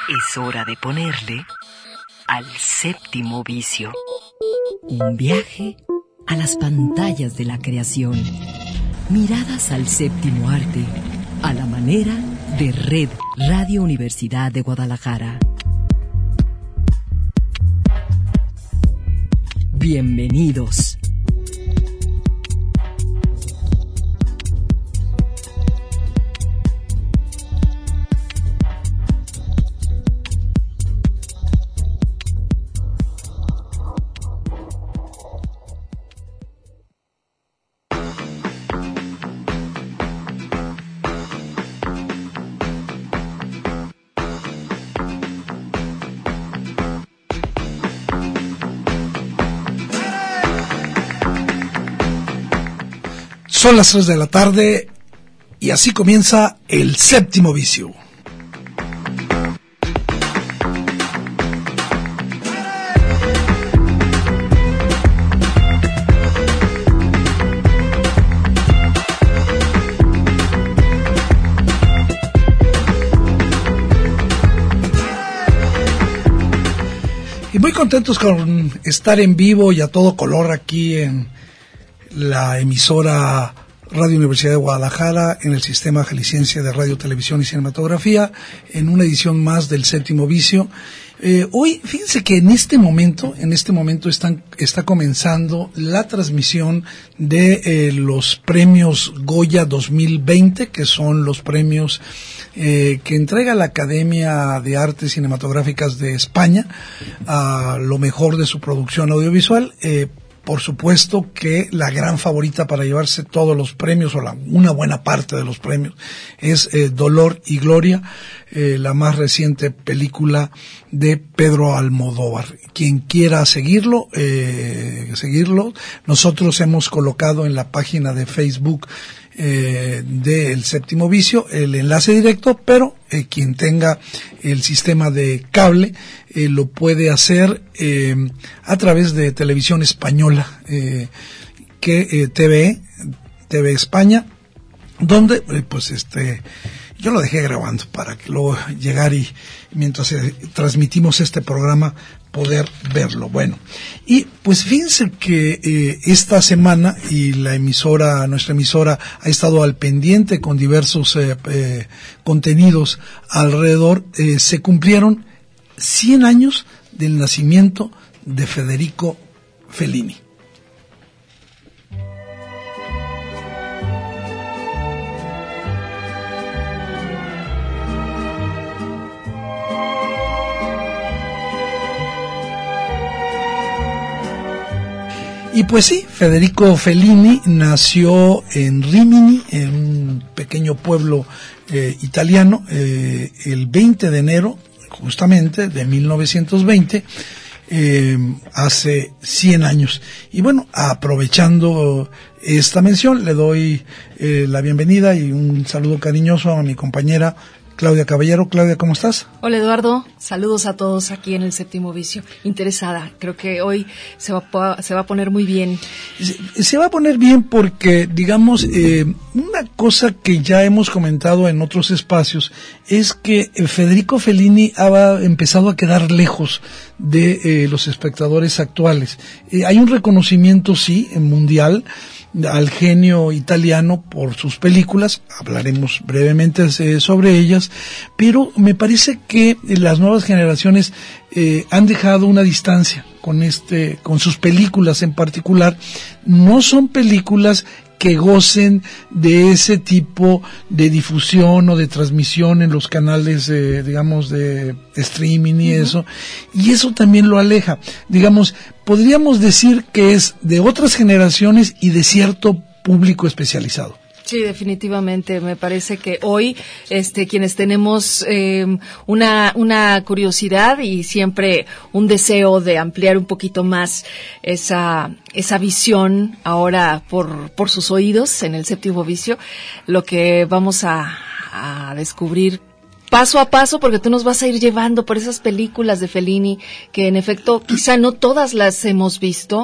Es hora de ponerle al séptimo vicio. Un viaje a las pantallas de la creación. Miradas al séptimo arte, a la manera de Red Radio Universidad de Guadalajara. Bienvenidos. Son las 3 de la tarde y así comienza el séptimo vicio. Y muy contentos con estar en vivo y a todo color aquí en la emisora Radio Universidad de Guadalajara, en el sistema jalisciense de radio, televisión y cinematografía, en una edición más del séptimo vicio. Hoy, fíjense que en este momento está comenzando la transmisión de los premios Goya 2020, que son los premios que entrega la Academia de Artes Cinematográficas de España a lo mejor de su producción audiovisual. Por supuesto que la gran favorita para llevarse todos los premios, o una buena parte de los premios, es Dolor y Gloria, la más reciente película de Pedro Almodóvar. Quien quiera seguirlo, nosotros hemos colocado en la página de Facebook del séptimo vicio el enlace directo, pero quien tenga el sistema de cable lo puede hacer a través de Televisión Española, TV España, donde yo lo dejé grabando para que luego llegar y mientras transmitimos este programa poder verlo. Bueno, y pues fíjense que esta semana y nuestra emisora ha estado al pendiente con diversos contenidos alrededor. Se cumplieron 100 años del nacimiento de Federico Fellini. Y pues sí, Federico Fellini nació en Rimini, en un pequeño pueblo italiano, el 20 de enero, justamente, de 1920, hace 100 años. Y bueno, aprovechando esta mención, le doy la bienvenida y un saludo cariñoso a mi compañera Claudia Caballero. Claudia, ¿cómo estás? Hola, Eduardo. Saludos a todos aquí en el séptimo vicio. Interesada. Creo que hoy se va a poner muy bien. Se va a poner bien porque, digamos, una cosa que ya hemos comentado en otros espacios es que Federico Fellini ha empezado a quedar lejos de los espectadores actuales. Hay un reconocimiento, sí, mundial al genio italiano por sus películas, hablaremos brevemente sobre ellas, pero me parece que las nuevas generaciones han dejado una distancia con sus películas en particular. No son películas que gocen de ese tipo de difusión o de transmisión en los canales, digamos, de streaming y eso también lo aleja. Digamos, podríamos decir que es de otras generaciones y de cierto público especializado. Sí, definitivamente. Me parece que hoy, quienes tenemos una curiosidad y siempre un deseo de ampliar un poquito más esa visión ahora por sus oídos en el séptimo vicio, lo que vamos a descubrir paso a paso, porque tú nos vas a ir llevando por esas películas de Fellini que en efecto quizá no todas las hemos visto,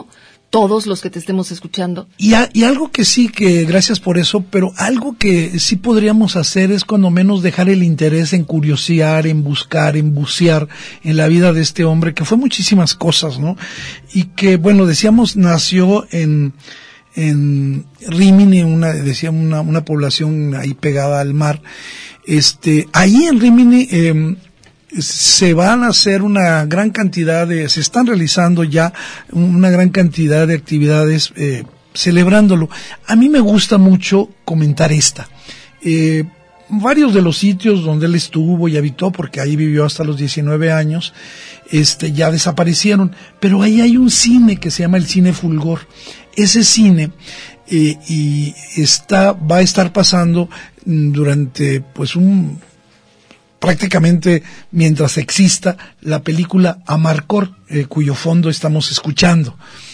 todos los que te estemos escuchando. Y algo que sí, que gracias por eso, pero algo que sí podríamos hacer es cuando menos dejar el interés en curiosear, en buscar, en bucear en la vida de este hombre, que fue muchísimas cosas, ¿no? Y que, bueno, decíamos, nació en Rímini, una población ahí pegada al mar. Ahí en Rímini, se van a hacer una gran cantidad se están realizando ya una gran cantidad de actividades celebrándolo. A mí me gusta mucho comentar varios de los sitios donde él estuvo y habitó, porque ahí vivió hasta los 19 años, ya desaparecieron, pero ahí hay un cine que se llama el Cine Fulgor. Ese cine va a estar pasando durante prácticamente mientras exista la película Amarcord, cuyo fondo estamos escuchando.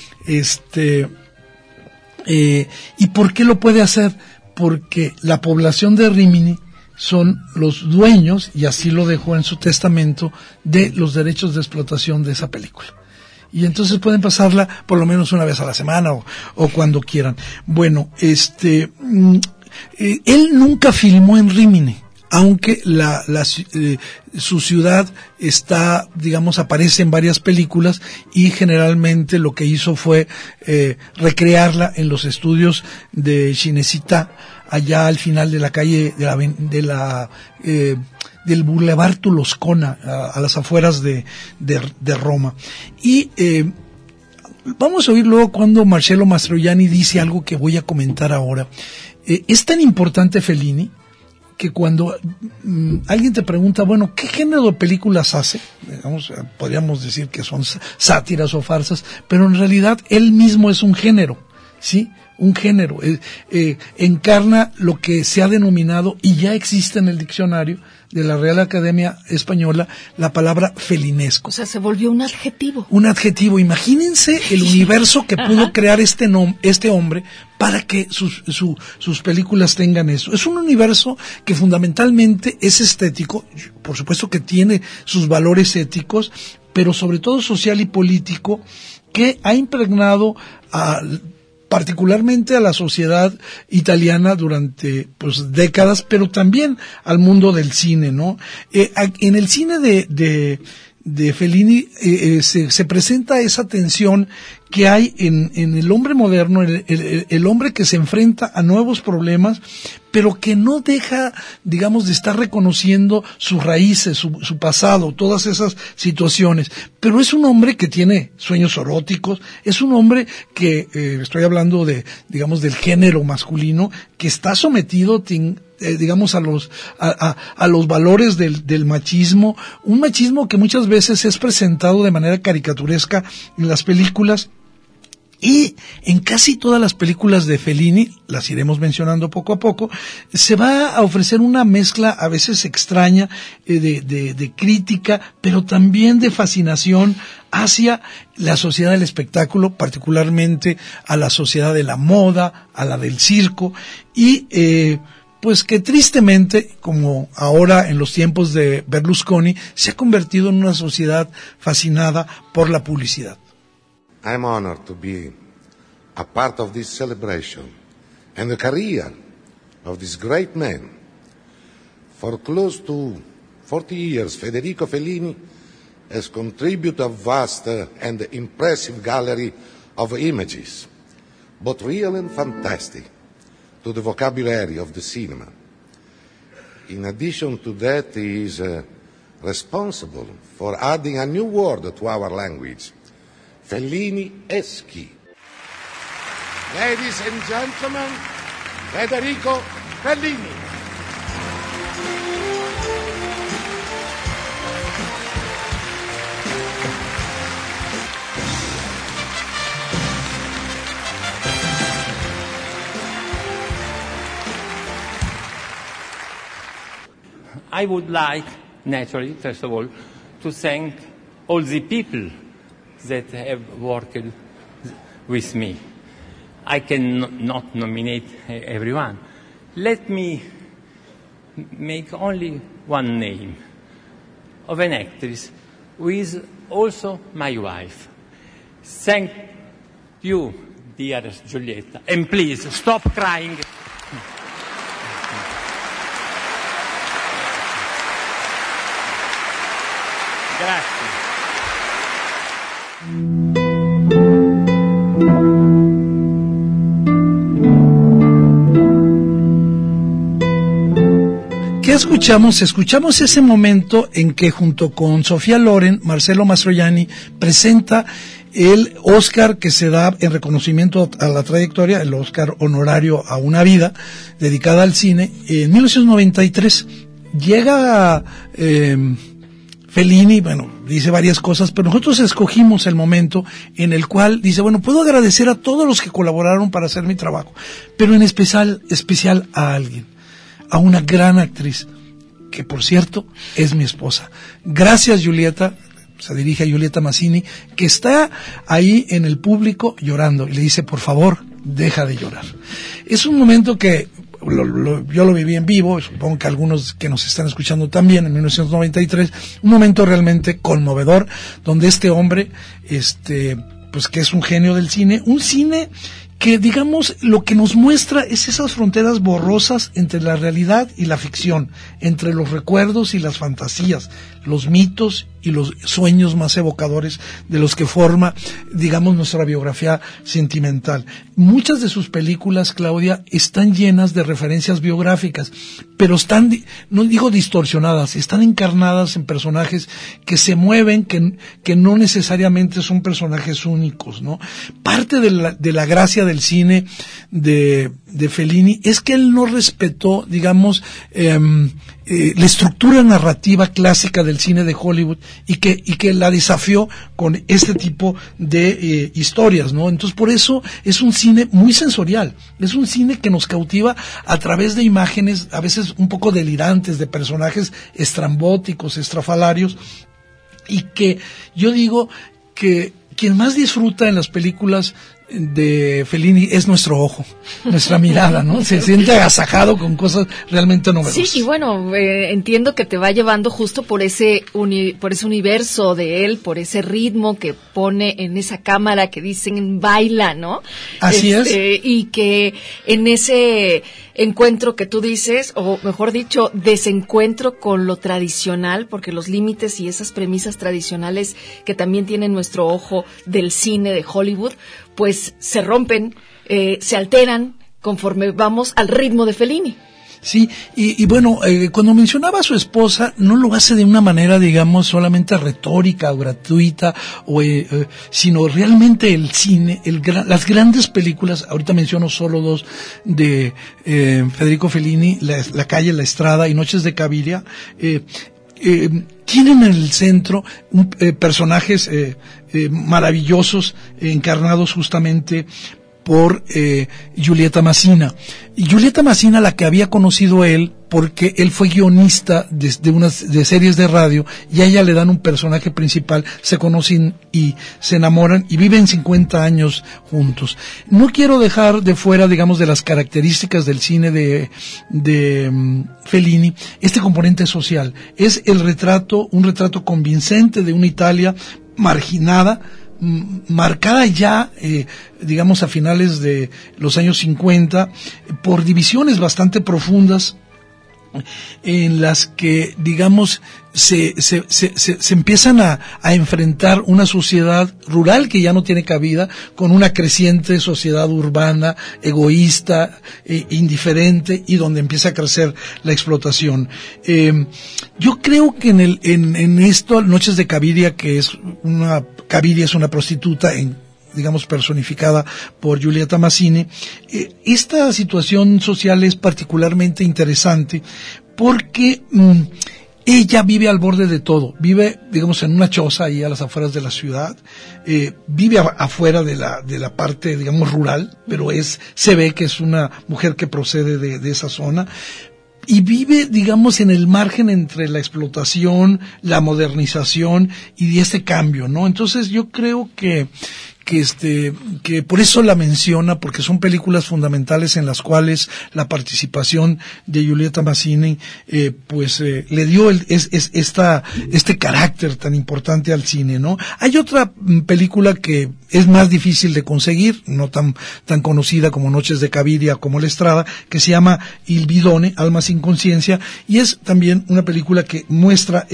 ¿Y por qué lo puede hacer? Porque la población de Rímini son los dueños, y así lo dejó en su testamento, de los derechos de explotación de esa película. Y entonces pueden pasarla por lo menos una vez a la semana o cuando quieran. Bueno, él nunca filmó en Rímini, aunque su ciudad aparece en varias películas, y generalmente lo que hizo fue recrearla en los estudios de Cinecittà, allá al final de la calle del Boulevard Tuloscona, a las afueras de Roma. Y vamos a oír luego cuando Marcello Mastroianni dice algo que voy a comentar ahora. Es tan importante Fellini que cuando alguien te pregunta, bueno, ¿qué género de películas hace? Podríamos decir que son sátiras o farsas, pero en realidad él mismo es un género, ¿sí? Un género. Encarna lo que se ha denominado, y ya existe en el diccionario de la Real Academia Española, la palabra felinesco. O sea, se volvió un adjetivo. Un adjetivo. Imagínense el universo que pudo crear este hombre para que sus películas tengan eso. Es un universo que fundamentalmente es estético, por supuesto que tiene sus valores éticos, pero sobre todo social y político, que ha impregnado particularmente a la sociedad italiana durante décadas, pero también al mundo del cine, ¿no? En el cine de Fellini se presenta esa tensión que hay en el hombre moderno, el hombre que se enfrenta a nuevos problemas, pero que no deja, de estar reconociendo sus raíces, su pasado, todas esas situaciones. Pero es un hombre que tiene sueños eróticos, es un hombre que, estoy hablando del género masculino, que está sometido, a los valores del machismo, un machismo que muchas veces es presentado de manera caricaturesca en las películas. Y en casi todas las películas de Fellini, las iremos mencionando poco a poco, se va a ofrecer una mezcla a veces extraña de crítica, pero también de fascinación hacia la sociedad del espectáculo, particularmente a la sociedad de la moda, a la del circo, y que tristemente, como ahora en los tiempos de Berlusconi, se ha convertido en una sociedad fascinada por la publicidad. I'm honored to be a part of this celebration and the career of this great man. For close to 40 years, Federico Fellini has contributed a vast and impressive gallery of images, both real and fantastic, to the vocabulary of the cinema. In addition to that, he is responsible for adding a new word to our language, Fellini-eschi. Ladies and gentlemen, Federico Fellini. I would like, naturally, first of all, to thank all the people that have worked with me. I cannot nominate everyone. Let me make only one name of an actress who is also my wife. Thank you, dearest Giulietta, and please stop crying. Grazie. ¿Qué escuchamos? Escuchamos ese momento en que junto con Sofía Loren, Marcello Mastroianni presenta el Oscar que se da en reconocimiento a la trayectoria, el Oscar honorario a una vida dedicada al cine. En 1993 llega Fellini, bueno, dice varias cosas, pero nosotros escogimos el momento en el cual dice, bueno, puedo agradecer a todos los que colaboraron para hacer mi trabajo, pero en especial a alguien, a una gran actriz, que por cierto es mi esposa. Gracias, Giulietta. Se dirige a Giulietta Mazzini, que está ahí en el público llorando, y le dice, por favor, deja de llorar. Es un momento que yo lo viví en vivo, supongo que algunos que nos están escuchando también, en 1993, un momento realmente conmovedor, donde este hombre, pues que es un genio del cine, un cine que, digamos, lo que nos muestra es esas fronteras borrosas entre la realidad y la ficción, entre los recuerdos y las fantasías, los mitos y los sueños más evocadores de los que forma, digamos, nuestra biografía sentimental. Muchas de sus películas, Claudia, están llenas de referencias biográficas, pero están, no digo distorsionadas, están encarnadas en personajes que se mueven, que no necesariamente son personajes únicos, ¿no? Parte de la gracia del cine de Fellini es que él no respetó, digamos, la estructura narrativa clásica del cine de Hollywood y que la desafió con este tipo de historias, ¿no? Entonces, por eso es un cine muy sensorial, es un cine que nos cautiva a través de imágenes a veces un poco delirantes, de personajes estrambóticos, estrafalarios, y que yo digo que quien más disfruta en las películas de Fellini es nuestro ojo, nuestra mirada, ¿no? Se siente agasajado con cosas realmente novedosas. Sí, y bueno, entiendo que te va llevando justo por ese universo de él, por ese ritmo que pone en esa cámara que dicen baila, ¿no? Así es. Y que en ese encuentro que tú dices, o mejor dicho, desencuentro con lo tradicional, porque los límites y esas premisas tradicionales que también tiene nuestro ojo del cine de Hollywood, pues se rompen, se alteran conforme vamos al ritmo de Fellini. Sí, y bueno, cuando mencionaba a su esposa, no lo hace de una manera, digamos, solamente retórica o gratuita, sino realmente el cine, las grandes películas, ahorita menciono solo dos, de Federico Fellini, La calle, la estrada y Noches de Caviria, tienen en el centro personajes maravillosos, encarnados justamente por Giulietta Mazzina. Y Giulietta Mazzina, la que había conocido él, porque él fue guionista de series de radio, y a ella le dan un personaje principal, se conocen y se enamoran y viven 50 años juntos. No quiero dejar de fuera, digamos, de las características del cine de Fellini, este componente social. Es un retrato convincente de una Italia marginada, marcada ya, digamos, a finales de los años 50, por divisiones bastante profundas, en las que, digamos, se empiezan a enfrentar una sociedad rural que ya no tiene cabida con una creciente sociedad urbana, egoísta, indiferente, y donde empieza a crecer la explotación. Yo creo que en esto, Noches de Caviria, Caviria es una prostituta digamos, personificada por Giulietta Mazzini, esta situación social es particularmente interesante porque ella vive al borde de todo, vive, digamos, en una choza ahí a las afueras de la ciudad, vive afuera de la parte, digamos, rural, pero se ve que es una mujer que procede de esa zona, y vive, digamos, en el margen entre la explotación, la modernización y ese cambio, ¿no? Entonces yo creo que que por eso la menciona, porque son películas fundamentales en las cuales la participación de Giulietta Mazzini, le dio este carácter tan importante al cine, ¿no? Hay otra película que es más difícil de conseguir, no tan conocida como Noches de Caviria, como La Estrada, que se llama Il Bidone, Alma sin conciencia, y es también una película que muestra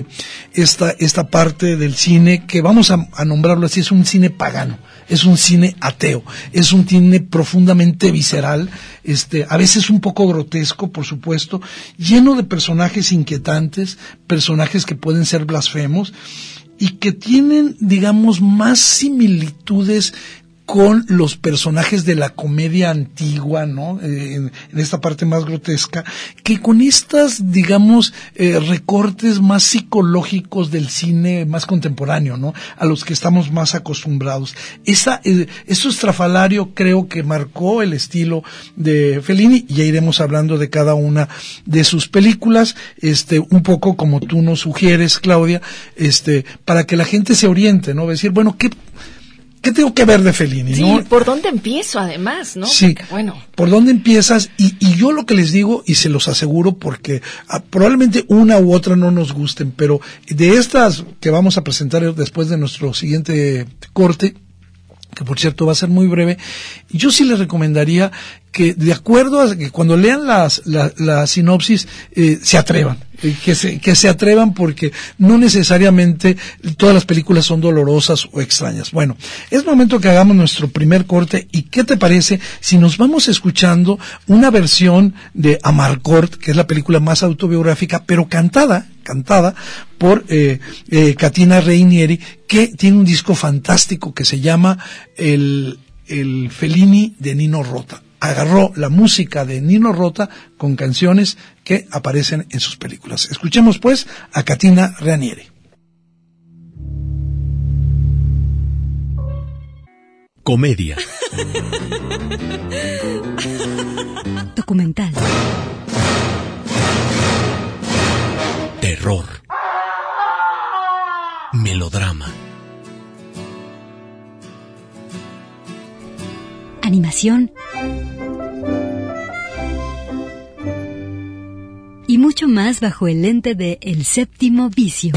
esta parte del cine que vamos a nombrarlo así, es un cine pagano, es un cine ateo, es un cine profundamente visceral, a veces un poco grotesco, por supuesto, lleno de personajes inquietantes, personajes que pueden ser blasfemos y que tienen, digamos, más similitudes con los personajes de la comedia antigua, ¿no? En esta parte más grotesca, que con estas, digamos, recortes más psicológicos del cine más contemporáneo, ¿no? A los que estamos más acostumbrados. Eso estrafalario creo que marcó el estilo de Fellini, y ya iremos hablando de cada una de sus películas, un poco como tú nos sugieres, Claudia, para que la gente se oriente, ¿no? Decir, bueno, ¿qué tengo que ver de Fellini, sí, no? ¿Por dónde empiezo además, no? Sí, porque, bueno, ¿por dónde empiezas? Y yo lo que les digo, y se los aseguro porque probablemente una u otra no nos gusten, pero de estas que vamos a presentar después de nuestro siguiente corte, que por cierto va a ser muy breve, yo sí les recomendaría que, de acuerdo a que cuando lean la sinopsis, se atrevan, que se atrevan, porque no necesariamente todas las películas son dolorosas o extrañas. Bueno, es momento que hagamos nuestro primer corte, y ¿qué te parece si nos vamos escuchando una versión de Amarcord, que es la película más autobiográfica, pero cantada por Katina Reinieri, que tiene un disco fantástico que se llama el Fellini de Nino Rota. Agarró la música de Nino Rota con canciones que aparecen en sus películas. Escuchemos pues a Katina Reinieri. Comedia. Documental. Terror. Melodrama. Animación. Y mucho más bajo el lente de El Séptimo Vicio.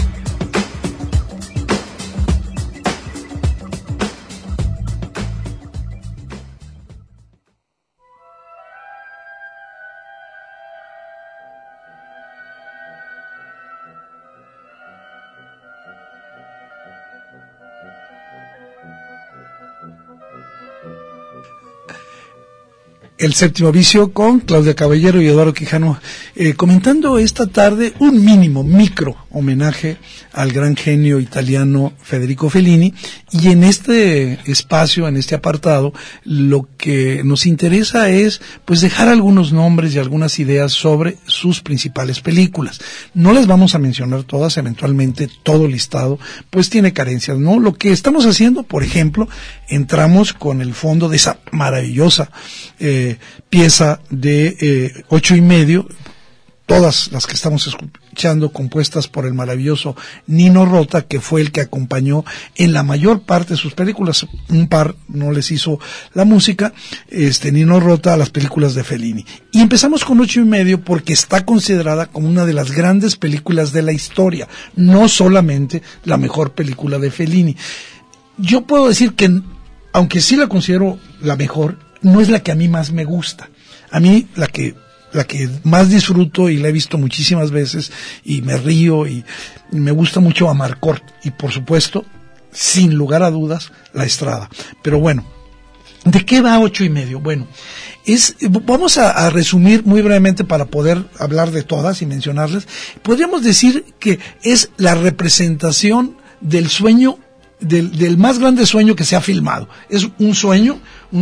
El Séptimo Vicio con Claudia Caballero y Eduardo Quijano, comentando esta tarde un micro homenaje al gran genio italiano Federico Fellini, y en este espacio, en este apartado, lo que nos interesa es pues dejar algunos nombres y algunas ideas sobre sus principales películas. No les vamos a mencionar todas, eventualmente todo listado pues tiene carencias, ¿no? Lo que estamos haciendo, por ejemplo, entramos con el fondo de esa maravillosa pieza de 8:30, todas las que estamos escuchando compuestas por el maravilloso Nino Rota, que fue el que acompañó en la mayor parte de sus películas, un par no les hizo la música, Nino Rota, a las películas de Fellini. Y empezamos con 8:30 porque está considerada como una de las grandes películas de la historia, no solamente la mejor película de Fellini. Yo puedo decir que, aunque sí la considero la mejor, no es la que a mí más me gusta. A mí la que más disfruto, y la he visto muchísimas veces y me río y me gusta mucho Amarcord, y por supuesto, sin lugar a dudas, La Estrada. Pero bueno, ¿de qué va 8:30? Bueno, vamos a resumir muy brevemente para poder hablar de todas y mencionarlas. Podríamos decir que es la representación del sueño, del más grande sueño que se ha filmado. Es un sueño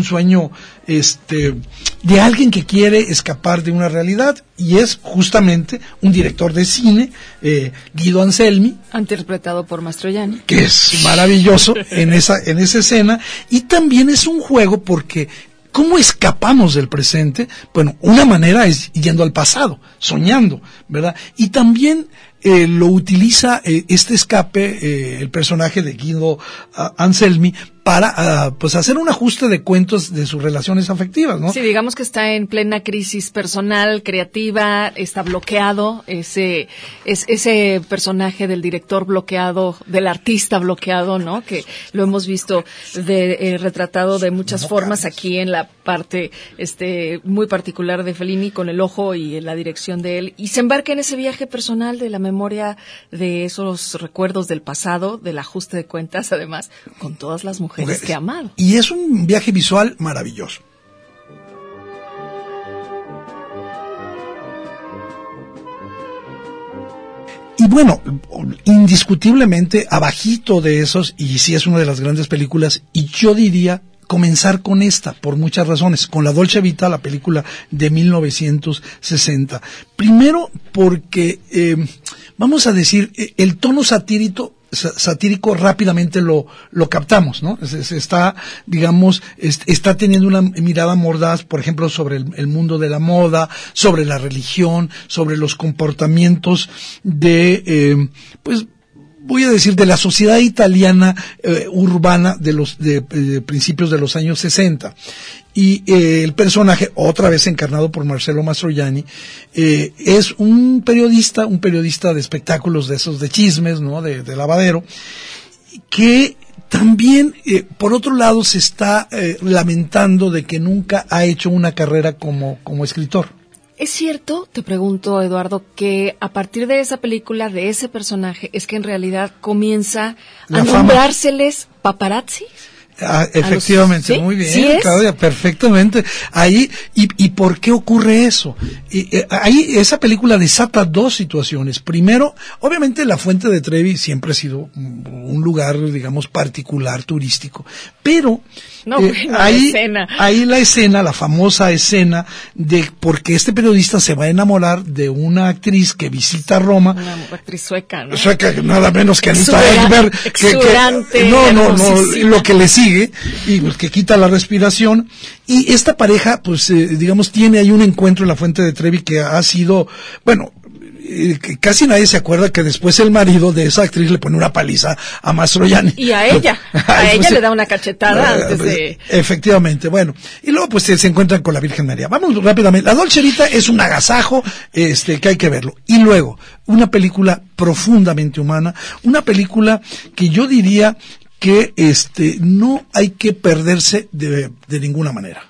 de alguien que quiere escapar de una realidad, y es justamente un director de cine, Guido Anselmi, interpretado por Mastroianni, que es maravilloso en esa escena, y también es un juego porque ¿cómo escapamos del presente? Bueno, una manera es yendo al pasado, soñando, ¿verdad? Y también lo utiliza este escape, el personaje de Guido Anselmi, para pues hacer un ajuste de cuentos de sus relaciones afectivas, ¿no? Sí, digamos que está en plena crisis personal, creativa, está bloqueado, ese personaje del director bloqueado, del artista bloqueado, ¿no? Que lo hemos visto retratado de muchas formas aquí en la parte muy particular de Fellini, con el ojo y la dirección de él, y se embarca en ese viaje personal de la memoria de esos recuerdos del pasado, del ajuste de cuentas, además, con todas las mujeres que ha amado. Y es un viaje visual maravilloso. Y bueno, indiscutiblemente, abajito de esos, y sí es una de las grandes películas, y yo diría comenzar con esta, por muchas razones, con la Dolce Vita, la película de 1960. Primero, porque, vamos a decir, el tono satírico rápidamente lo captamos, ¿no? Está, digamos, está teniendo una mirada mordaz, por ejemplo, sobre el mundo de la moda, sobre la religión, sobre los comportamientos de, pues, voy a decir, de la sociedad italiana urbana de principios de los años 60. Y el personaje, otra vez encarnado por Marcello Mastroianni, es un periodista de espectáculos de esos de chismes, ¿no? De lavadero, que también, por otro lado, se está lamentando de que nunca ha hecho una carrera como escritor. ¿Es cierto, te pregunto, Eduardo, que a partir de esa película, de ese personaje, es que en realidad comienza a nombrárseles paparazzi? Efectivamente, ¿sí? Muy bien, ¿sí Claudia, perfectamente. Ahí, ¿y por qué ocurre eso? Ahí esa película desata dos situaciones. Primero, obviamente la Fuente de Trevi siempre ha sido un lugar, digamos, particular, turístico, pero ahí la escena, la famosa escena de porque este periodista se va a enamorar de una actriz que visita Roma. Una actriz sueca, ¿no? Sueca, nada menos que Anita Ekberg. No, lo que le sigue, y pues, que quita la respiración. Y esta pareja, pues, digamos, tiene ahí un encuentro en la Fuente de Trevi que ha sido, bueno, casi nadie se acuerda que después el marido de esa actriz le pone una paliza a Mastroianni. Y a ella, le da una cachetada antes de... Efectivamente, bueno. Y luego pues se encuentran con la Virgen María. Vamos rápidamente. La Dolce Vita es un agasajo, que hay que verlo. Y luego, una película profundamente humana, una película que yo diría que no hay que perderse de ninguna manera.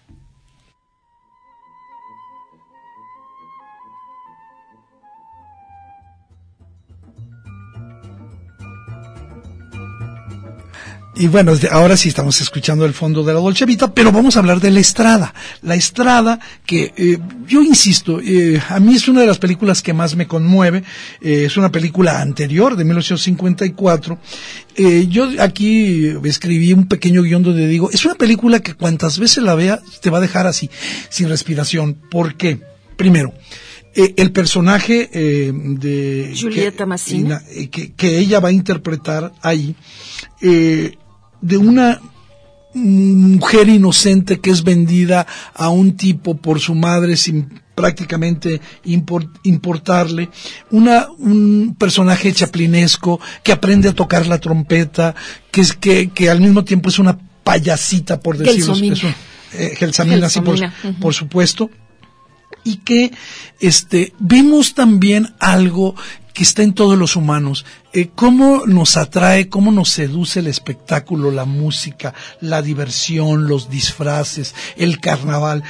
Y bueno, ahora sí estamos escuchando el fondo de la Dolce Vita, pero vamos a hablar de La Estrada. La Estrada, que yo insisto, a mí es una de las películas que más me conmueve. Es una película anterior, de 1954. Yo aquí escribí un pequeño guión donde digo, es una película que cuantas veces la veas te va a dejar así, sin respiración. ¿Por qué? Primero, el personaje de Giulietta Massina, que ella va a interpretar ahí, de una mujer inocente que es vendida a un tipo por su madre sin prácticamente importarle, un personaje chaplinesco que aprende a tocar la trompeta, que al mismo tiempo es una payasita, por decirlo, Gelsomina, sí, por supuesto. Y que vemos también algo que está en todos los humanos, cómo nos atrae, cómo nos seduce el espectáculo, la música, la diversión, los disfraces, el carnaval.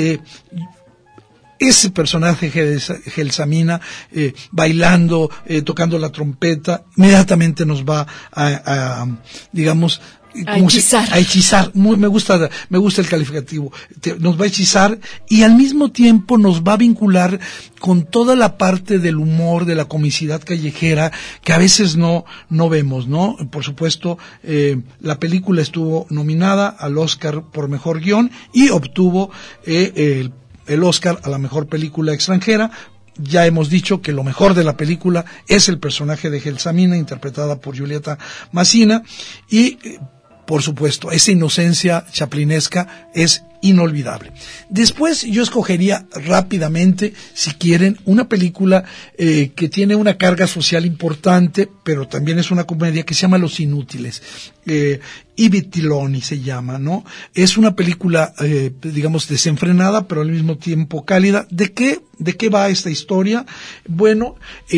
Ese personaje Gelsomina bailando, tocando la trompeta, inmediatamente nos va a digamos, a hechizar. Me gusta el calificativo. Nos va a hechizar y al mismo tiempo nos va a vincular con toda la parte del humor, de la comicidad callejera que a veces no vemos, ¿no? Por supuesto, la película estuvo nominada al Oscar por mejor guión y obtuvo el Oscar a la mejor película extranjera. Ya hemos dicho que lo mejor de la película es el personaje de Gelsomina, interpretada por Giulietta Massina, y por supuesto, esa inocencia chaplinesca es inolvidable. Después yo escogería rápidamente, si quieren, una película que tiene una carga social importante, pero también es una comedia que se llama Los Inútiles. I Vitelloni se llama, ¿no? Es una película, digamos, desenfrenada, pero al mismo tiempo cálida. ¿De qué va esta historia? Bueno,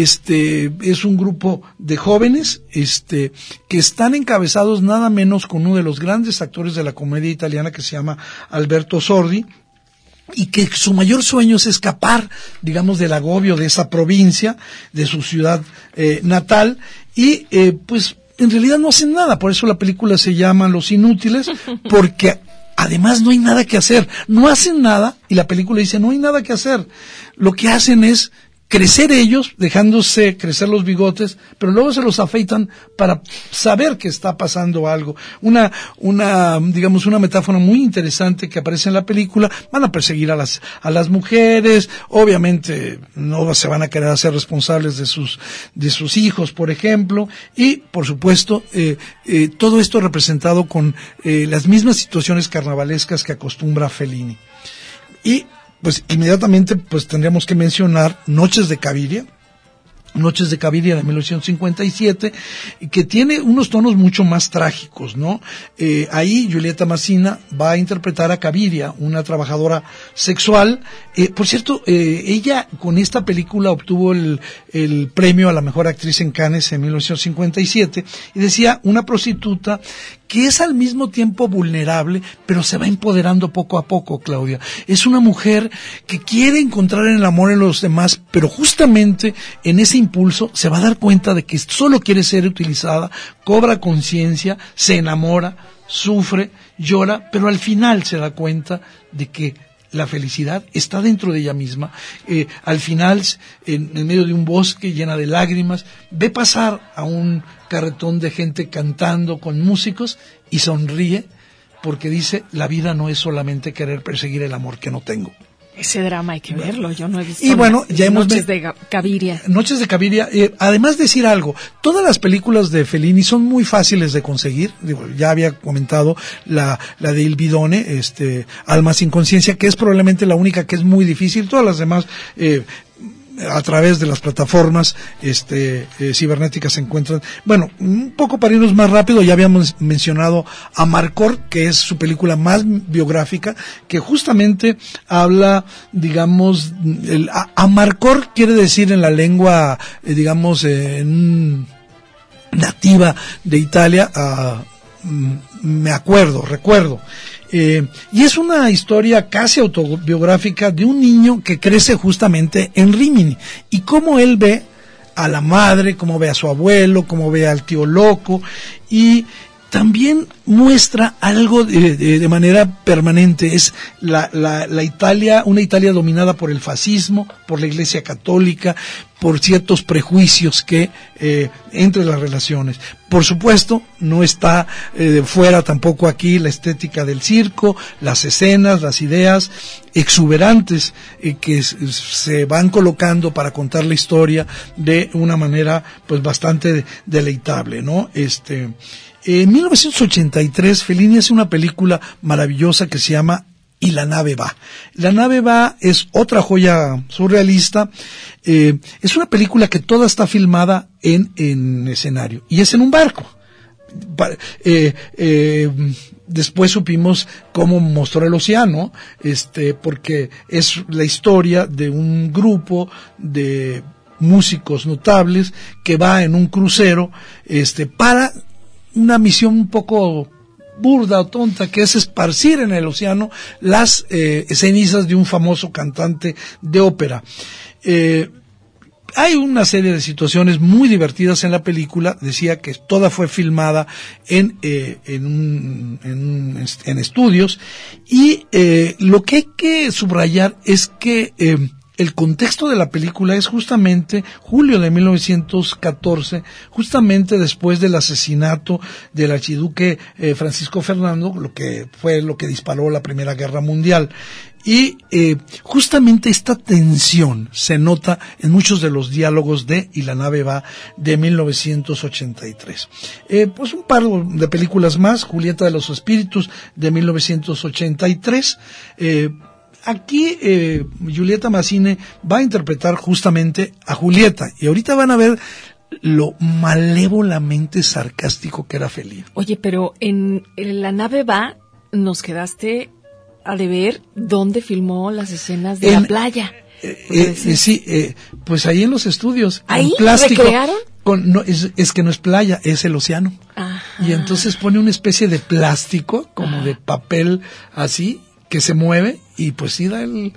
es un grupo de jóvenes, que están encabezados nada menos con uno de los grandes actores de la comedia italiana que se llama Alberto Sordi, y que su mayor sueño es escapar, digamos, del agobio de esa provincia, de su ciudad natal, y pues en realidad no hacen nada. Por eso la película se llama Los Inútiles, porque además no hay nada que hacer. No hacen nada, y la película dice, no hay nada que hacer. Lo que hacen es crecer ellos, dejándose crecer los bigotes, pero luego se los afeitan para saber que está pasando algo. Una metáfora muy interesante que aparece en la película. Van a perseguir a las mujeres, obviamente no se van a querer hacer responsables de sus hijos, por ejemplo, y por supuesto, todo esto representado con las mismas situaciones carnavalescas que acostumbra Fellini. Y pues inmediatamente pues tendríamos que mencionar Noches de Cabiria de 1957, que tiene unos tonos mucho más trágicos, ¿no? Ahí Giulietta Masina va a interpretar a Cabiria, una trabajadora sexual. Por cierto, ella con esta película obtuvo el premio a la mejor actriz en Cannes en 1957, y decía, una prostituta que es al mismo tiempo vulnerable, pero se va empoderando poco a poco, Claudia. Es una mujer que quiere encontrar el amor en los demás, pero justamente en ese impulso se va a dar cuenta de que solo quiere ser utilizada, cobra conciencia, se enamora, sufre, llora, pero al final se da cuenta de que la felicidad está dentro de ella misma. Al final, en medio de un bosque llena de lágrimas, ve pasar a un carretón de gente cantando con músicos y sonríe porque dice, la vida no es solamente querer perseguir el amor que no tengo. Ese drama hay que verlo, yo no he visto. Y bueno, ya hemos Noches de Cabiria. Noches de Cabiria. Además, decir algo, todas las películas de Fellini son muy fáciles de conseguir. Ya había comentado la de Il Bidone, Alma sin conciencia, que es probablemente la única que es muy difícil. Todas las demás, a través de las plataformas cibernéticas se encuentran. Bueno, un poco para irnos más rápido, ya habíamos mencionado a Amarcord, que es su película más biográfica, que justamente habla, digamos, Amarcord quiere decir en la lengua, nativa de Italia, recuerdo. Y es una historia casi autobiográfica de un niño que crece justamente en Rímini, y cómo él ve a la madre, cómo ve a su abuelo, cómo ve al tío loco, y también muestra algo de manera permanente. Es la Italia, una Italia dominada por el fascismo, por la Iglesia Católica, por ciertos prejuicios que entre las relaciones. Por supuesto, no está fuera tampoco aquí la estética del circo, las escenas, las ideas exuberantes que se van colocando para contar la historia de una manera pues bastante deleitable, ¿no? En 1983 Fellini hace una película maravillosa que se llama Y la nave va. La nave va es otra joya surrealista. Es una película que toda está filmada en escenario y es en un barco. Después supimos cómo mostró el océano, porque es la historia de un grupo de músicos notables que va en un crucero, para una misión un poco burda o tonta, que es esparcir en el océano las cenizas de un famoso cantante de ópera. Hay una serie de situaciones muy divertidas en la película. Decía que toda fue filmada en estudios, y lo que hay que subrayar es que el contexto de la película es justamente julio de 1914, justamente después del asesinato del archiduque Francisco Fernando, lo que disparó la Primera Guerra Mundial. Y justamente esta tensión se nota en muchos de los diálogos de Y la nave va, de 1983. Pues un par de películas más, Julieta de los Espíritus, de 1983. Aquí Julieta Massine va a interpretar justamente a Julieta, y ahorita van a ver lo malévolamente sarcástico que era Fellini. Oye, pero en La nave va, nos quedaste a deber dónde filmó las escenas de la playa. Pues ahí en los estudios. ¿Ahí en plástico. recrearon? No, es que no es playa, es el océano. Ajá. Y entonces pone una especie de plástico, como de papel así, que se mueve, y pues sí da el...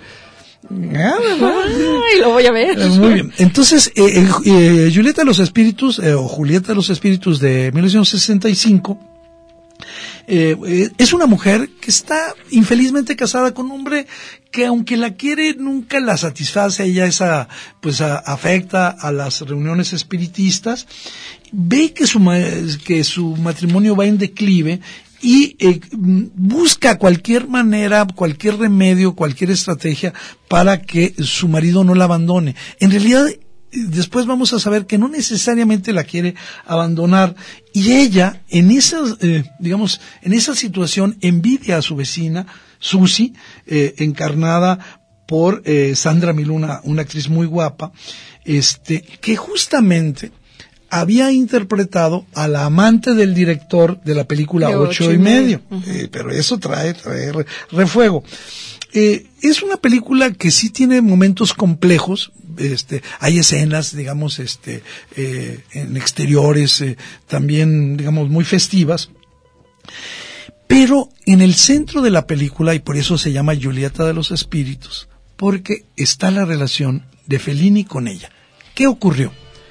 Ay, lo voy a ver. Muy bien. Entonces, Julieta de los Espíritus, o Julieta de los Espíritus de 1965, es una mujer que está infelizmente casada con un hombre que, aunque la quiere, nunca la satisface. Ella afecta a las reuniones espiritistas, ve que su matrimonio va en declive, y busca cualquier manera, cualquier remedio, cualquier estrategia para que su marido no la abandone. En realidad, después vamos a saber que no necesariamente la quiere abandonar, y ella, en esa situación, envidia a su vecina, Susi, encarnada por Sandra Milo, una actriz muy guapa, que justamente había interpretado a la amante del director de la película Ocho y medio. Pero eso trae refuego. Es una película que sí tiene momentos complejos. Hay escenas, digamos, en exteriores, también, digamos, muy festivas. Pero en el centro de la película, y por eso se llama Julieta de los Espíritus, porque está la relación de Fellini con ella. ¿Qué ocurrió?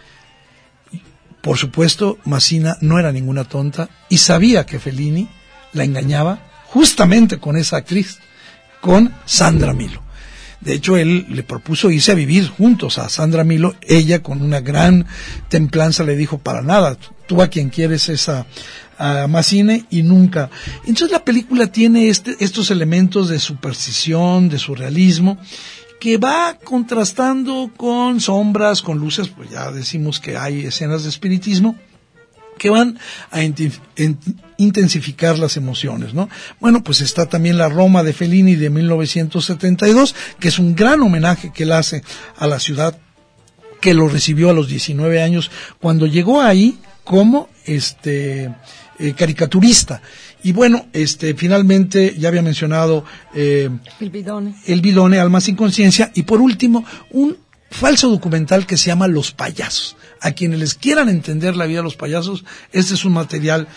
Por supuesto, Massina no era ninguna tonta y sabía que Fellini la engañaba justamente con esa actriz, con Sandra Milo. De hecho, él le propuso irse a vivir juntos a Sandra Milo. Ella, con una gran templanza, le dijo: para nada, tú a quien quieres es a Massine, y nunca. Entonces la película tiene estos elementos de superstición, de surrealismo, que va contrastando con sombras, con luces. Pues ya decimos que hay escenas de espiritismo que van a intensificar las emociones, ¿no? Bueno, pues está también la Roma de Fellini de 1972, que es un gran homenaje que él hace a la ciudad que lo recibió a los 19 años, cuando llegó ahí como caricaturista. Y bueno, finalmente, ya había mencionado El Bidone, Alma sin conciencia, y por último, un falso documental que se llama Los payasos. A quienes les quieran entender la vida de los payasos, este es un material,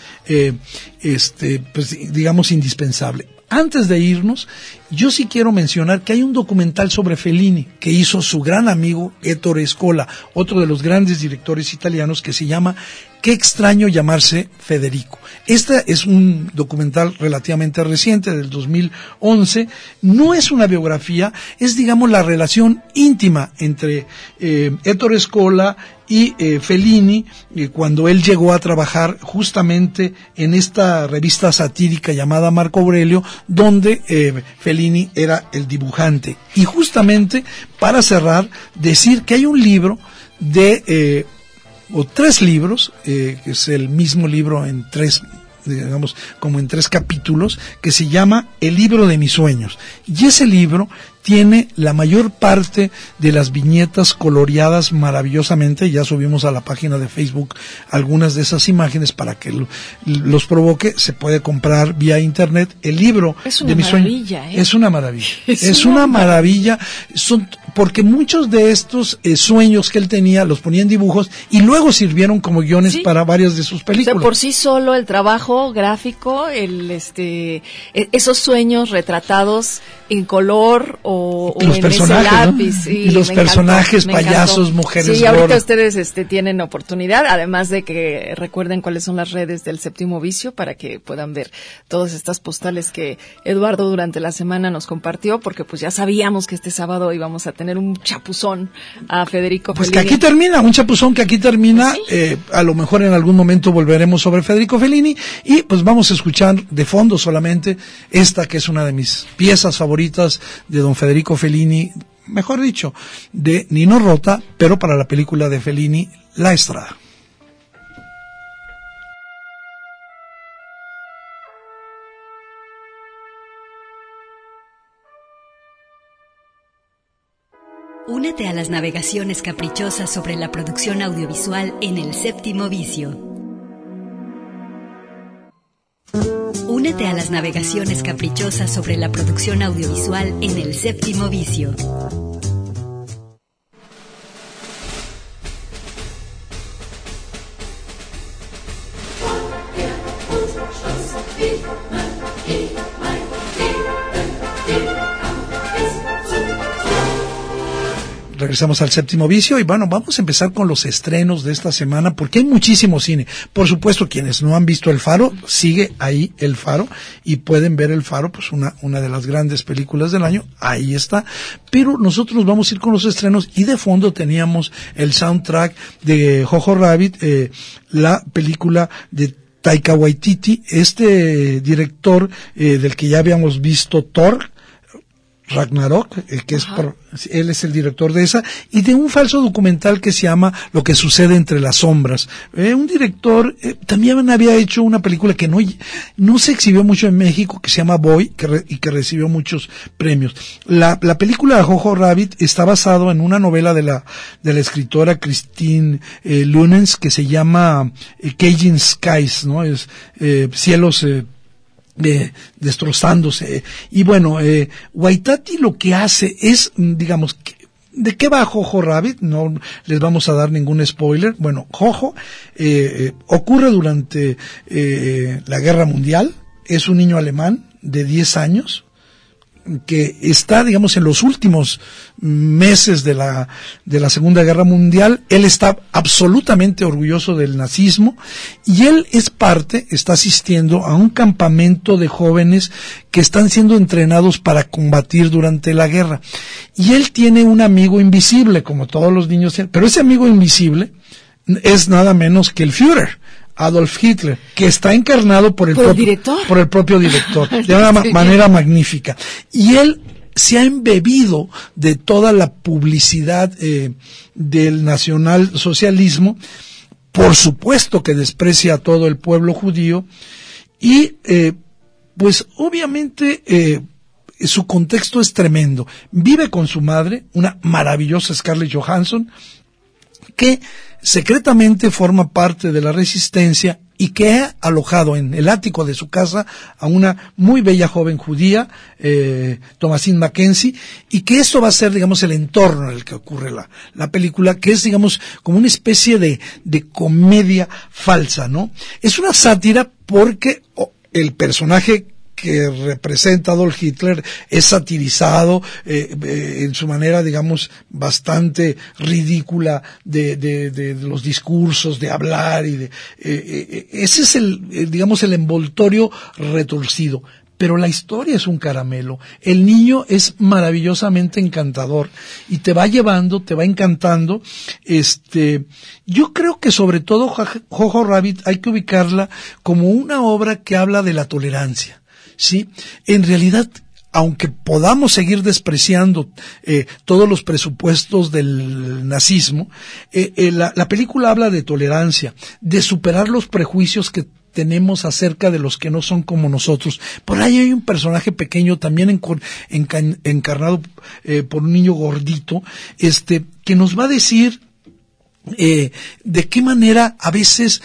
pues digamos, indispensable. Antes de irnos, yo sí quiero mencionar que hay un documental sobre Fellini que hizo su gran amigo Ettore Scola, otro de los grandes directores italianos, que se llama Qué extraño llamarse Federico. Este es un documental relativamente reciente, del 2011. No es una biografía, es, digamos, la relación íntima entre Ettore Scola y Fellini, cuando él llegó a trabajar justamente en esta revista satírica llamada Marco Aurelio, donde Fellini era el dibujante. Y justamente, para cerrar, decir que hay un libro o tres libros, que es el mismo libro en tres, digamos, como en tres capítulos, que se llama El libro de mis sueños. Y ese libro tiene la mayor parte de las viñetas coloreadas maravillosamente. Ya subimos a la página de Facebook algunas de esas imágenes para que los provoque. Se puede comprar vía internet. El libro de mis sueños es una maravilla. Es una maravilla. Porque muchos de estos sueños que él tenía los ponía en dibujos y luego sirvieron como guiones para varias de sus películas. O sea, por sí solo el trabajo gráfico, esos sueños retratados en color o los en personajes, ese lápiz. ¿no? Y los personajes, payasos, mujeres. Sí, ahorita ustedes tienen oportunidad, además de que recuerden cuáles son las redes del Séptimo Vicio para que puedan ver todas estas postales que Eduardo durante la semana nos compartió, porque pues ya sabíamos que este sábado íbamos a tener un chapuzón a Federico Pues Fellini. que aquí termina, un chapuzón que aquí termina, ¿Sí? A lo mejor en algún momento volveremos sobre Federico Fellini y pues vamos a escuchar de fondo solamente esta que es una de mis piezas favoritas de don Federico Fellini, mejor dicho, de Nino Rota, pero para la película de Fellini, La Estrada. Únete a las navegaciones caprichosas sobre la producción audiovisual en El Séptimo Vicio. Únete a las navegaciones caprichosas sobre la producción audiovisual en El Séptimo Vicio. Regresamos al Séptimo Vicio y bueno, vamos a empezar con los estrenos de esta semana porque hay muchísimo cine. Por supuesto, quienes no han visto El Faro, sigue ahí El Faro y pueden ver El Faro, pues una de las grandes películas del año, ahí está. Pero nosotros vamos a ir con los estrenos y de fondo teníamos el soundtrack de Jojo Rabbit, la película de Taika Waititi, director del que ya habíamos visto Thor, Ragnarok, que es él es el director de esa, y de un falso documental que se llama Lo que sucede entre las sombras. Un director, también había hecho una película que no se exhibió mucho en México, que se llama Boy, y que recibió muchos premios. La película de Jojo Rabbit está basado en una novela de la escritora Christine Lunens, que se llama Caging Skies, ¿no? Es cielos destrozándose. Y bueno, Waititi lo que hace es, digamos, ¿de qué va Jojo Rabbit? No les vamos a dar ningún spoiler. Bueno, Jojo ocurre durante la Guerra Mundial. Es un niño alemán de 10 años que está, digamos, en los últimos meses de la Segunda Guerra Mundial. Él está absolutamente orgulloso del nazismo y él está asistiendo a un campamento de jóvenes que están siendo entrenados para combatir durante la guerra. Y él tiene un amigo invisible, como todos los niños tienen, pero ese amigo invisible es nada menos que el Führer, Adolf Hitler, que está encarnado por el propio director, de una manera magnífica. Y él se ha embebido de toda la publicidad del nacionalsocialismo, por supuesto que desprecia a todo el pueblo judío, y pues obviamente su contexto es tremendo. Vive con su madre, una maravillosa Scarlett Johansson, que secretamente forma parte de la resistencia y que ha alojado en el ático de su casa a una muy bella joven judía, Thomasine Mackenzie, y que esto va a ser, digamos, el entorno en el que ocurre la película, que es, digamos, como una especie de comedia falsa, ¿no? Es una sátira porque el personaje que representa a Adolf Hitler es satirizado en su manera, digamos, bastante ridícula de los discursos, de hablar y ese es digamos, el envoltorio retorcido. Pero la historia es un caramelo. El niño es maravillosamente encantador y te va llevando, te va encantando. Yo creo que sobre todo Jojo Rabbit hay que ubicarla como una obra que habla de la tolerancia. Sí, en realidad, aunque podamos seguir despreciando todos los presupuestos del nazismo, la película habla de tolerancia, de superar los prejuicios que tenemos acerca de los que no son como nosotros. Por ahí hay un personaje pequeño, también encarnado por un niño gordito, que nos va a decir de qué manera a veces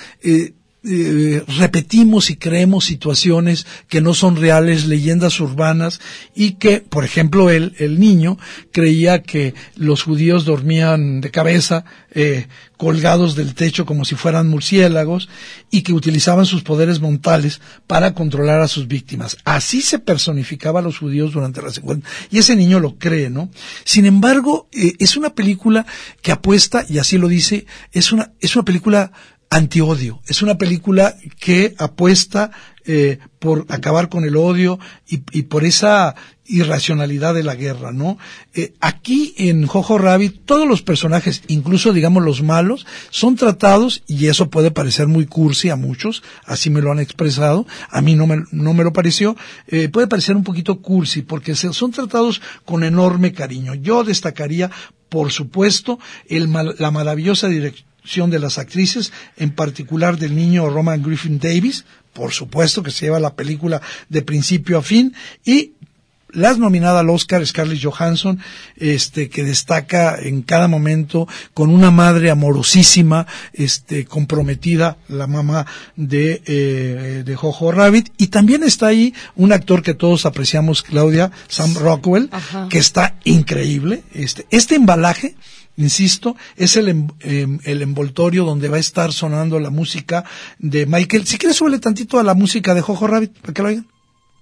repetimos y creemos situaciones que no son reales, leyendas urbanas, y que, por ejemplo, el niño creía que los judíos dormían de cabeza, colgados del techo como si fueran murciélagos, y que utilizaban sus poderes mentales para controlar a sus víctimas. Así se personificaba a los judíos durante la Segunda, y ese niño lo cree, ¿no? Sin embargo, es una película que apuesta, y así lo dice, es una película antiodio. Es una película que apuesta por acabar con el odio y por esa irracionalidad de la guerra, ¿no? Aquí en Jojo Rabbit todos los personajes, incluso digamos los malos, son tratados, y eso puede parecer muy cursi a muchos, así me lo han expresado, a mí no me lo pareció, puede parecer un poquito cursi porque son tratados con enorme cariño. Yo destacaría, por supuesto, la maravillosa dirección de las actrices, en particular del niño Roman Griffin Davis, por supuesto que se lleva la película de principio a fin, y las nominadas al Oscar, Scarlett Johansson, que destaca en cada momento con una madre amorosísima, comprometida, la mamá de Jojo Rabbit, y también está ahí un actor que todos apreciamos, Claudia, Sam Rockwell, que está increíble. Este embalaje, insisto, es el envoltorio donde va a estar sonando la música de Michael. Si quieres, súbele tantito a la música de Jojo Rabbit, para que lo oigan.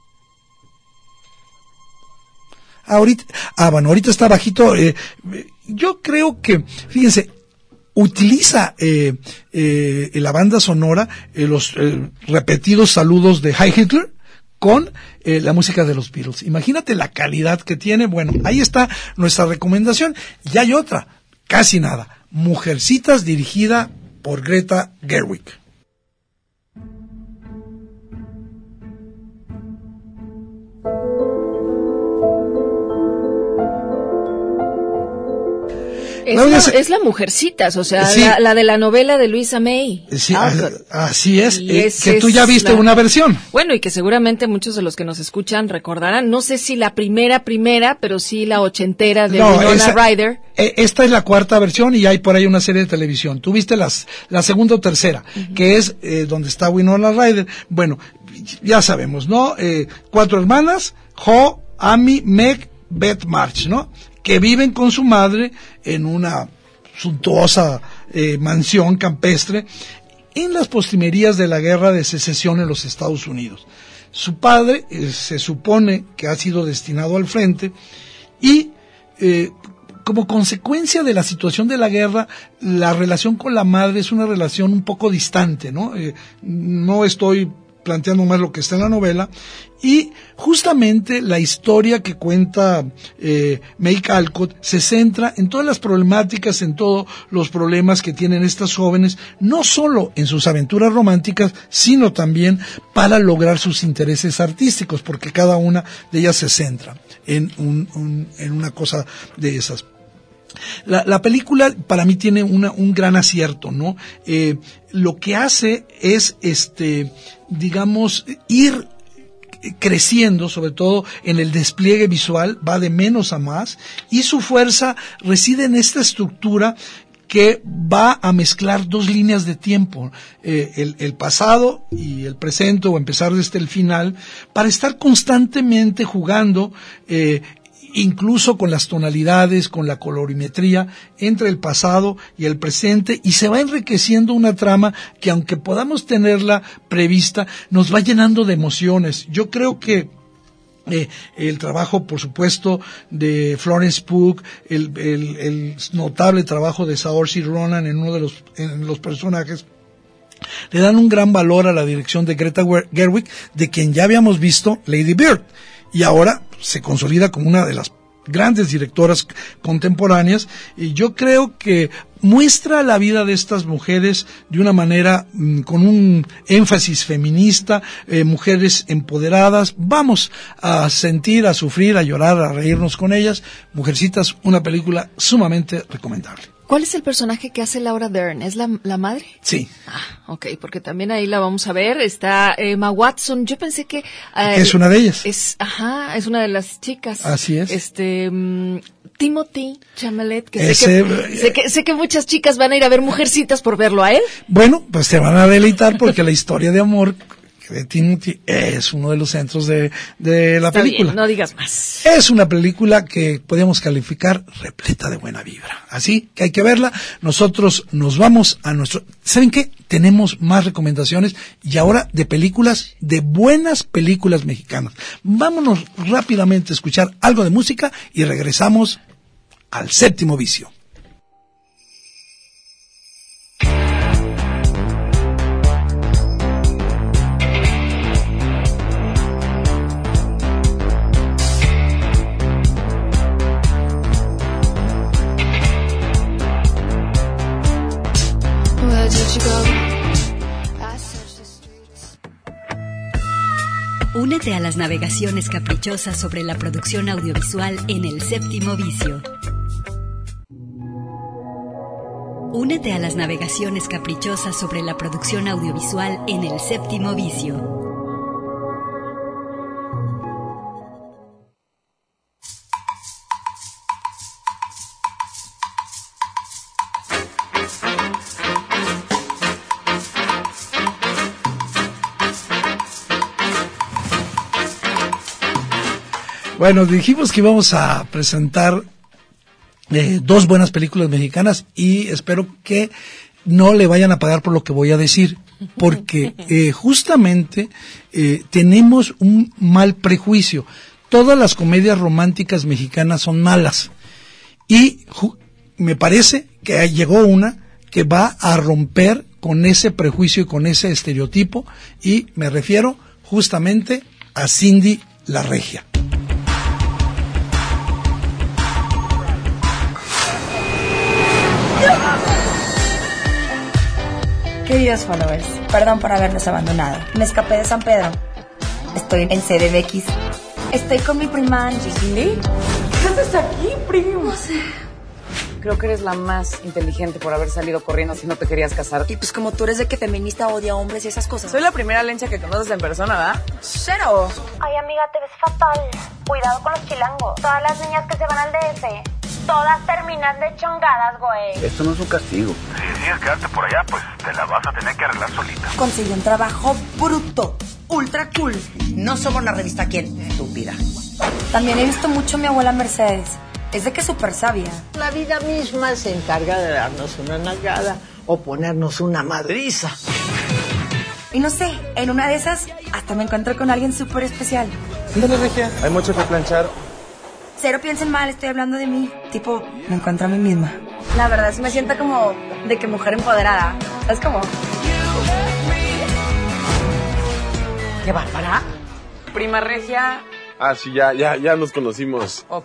Ahorita está bajito. Yo creo que, fíjense, utiliza la banda sonora, los repetidos saludos de Heil Hitler con la música de los Beatles. Imagínate la calidad que tiene. Bueno, ahí está nuestra recomendación. Y hay otra, casi nada, Mujercitas, dirigida por Greta Gerwig. Es la Mujercitas, o sea, sí, la de la novela de Louisa May. Sí, así es, que tú ya viste una versión. Bueno, y que seguramente muchos de los que nos escuchan recordarán, no sé si la primera, pero sí la ochentera de Winona Ryder. Esta es la cuarta versión y hay por ahí una serie de televisión. Tú viste la segunda o tercera, que es donde está Winona Ryder. Bueno, ya sabemos, ¿no? 4 hermanas, Jo, Amy, Meg, Beth March, ¿no? Que viven con su madre en una suntuosa mansión campestre en las postrimerías de la guerra de secesión en los Estados Unidos. Su padre se supone que ha sido destinado al frente y como consecuencia de la situación de la guerra, la relación con la madre es una relación un poco distante, ¿no? No estoy planteando más lo que está en la novela, y justamente la historia que cuenta May Alcott se centra en todas las problemáticas, en todos los problemas que tienen estas jóvenes, no solo en sus aventuras románticas, sino también para lograr sus intereses artísticos, porque cada una de ellas se centra en una cosa de esas. La película para mí tiene un gran acierto, ¿no? Lo que hace es, digamos, ir creciendo, sobre todo en el despliegue visual, va de menos a más, y su fuerza reside en esta estructura que va a mezclar 2 líneas de tiempo, el pasado y el presente, o empezar desde el final, para estar constantemente jugando, incluso con las tonalidades, con la colorimetría entre el pasado y el presente, y se va enriqueciendo una trama que, aunque podamos tenerla prevista, nos va llenando de emociones. Yo creo que el trabajo, por supuesto, de Florence Pugh, el notable trabajo de Saoirse Ronan en uno de los personajes, le dan un gran valor a la dirección de Greta Gerwig, de quien ya habíamos visto Lady Bird, y ahora se consolida como una de las grandes directoras contemporáneas, y yo creo que muestra la vida de estas mujeres de una manera con un énfasis feminista, mujeres empoderadas. Vamos a sentir, a sufrir, a llorar, a reírnos con ellas. Mujercitas, una película sumamente recomendable. ¿Cuál es el personaje que hace Laura Dern? ¿Es la madre? Sí. Ok, porque también ahí la vamos a ver. Está Emma Watson. Yo pensé que es una de ellas. Es una de las chicas. Así es. Timothée Chalamet, que sé que muchas chicas van a ir a ver Mujercitas por verlo a él. Bueno, pues se van a deleitar porque la historia de amor de Timothy es uno de los centros de la Está película. Bien, no digas más. Es una película que podemos calificar repleta de buena vibra. Así que hay que verla. Nosotros nos vamos a nuestro... ¿Saben qué? Tenemos más recomendaciones y ahora de películas, de buenas películas mexicanas. Vámonos rápidamente a escuchar algo de música y regresamos al Séptimo Vicio. where did you go? I searched the streets. Únete a las navegaciones caprichosas sobre la producción audiovisual en El Séptimo Vicio. Únete a las navegaciones caprichosas sobre la producción audiovisual en El Séptimo Vicio. Bueno, dijimos que íbamos a presentar dos buenas películas mexicanas y espero que no le vayan a pagar por lo que voy a decir, porque justamente tenemos un mal prejuicio. Todas las comedias románticas mexicanas son malas y me parece que llegó una que va a romper con ese prejuicio y con ese estereotipo, y me refiero justamente a Cindy la Regia. Queridos followers, perdón por haberlos abandonado. Me escapé de San Pedro. Estoy en CDMX. Estoy con mi prima Angie. ¿Cindy? ¿Qué haces aquí, primo? No sé. Creo que eres la más inteligente por haber salido corriendo si no te querías casar. Y pues como tú eres de que feminista, odia hombres y esas cosas. Soy la primera lencha que conoces en persona, ¿verdad? ¡Cero! Ay, amiga, te ves fatal. Cuidado con los chilangos. Todas las niñas que se van al DF, todas terminan de chongadas, güey. Esto no es un castigo. Si decides quedarte por allá, pues te la vas a tener que arreglar solita. Conseguí un trabajo bruto, ultra cool. No somos la revista ¿Quién? Estúpida. También he visto mucho a mi abuela Mercedes. Es de que es súper sabia. La vida misma se encarga de darnos una nalgada o ponernos una madriza. Y no sé, en una de esas hasta me encuentro con alguien súper especial. Dale, Regia, hay mucho que planchar. Cero piensen mal, estoy hablando de mí. Tipo, me encuentro a mí misma. La verdad es que me siento como de que mujer empoderada. Es como... ¿Qué bárbara? Prima Regia. Ah, sí, ya nos conocimos. Ok.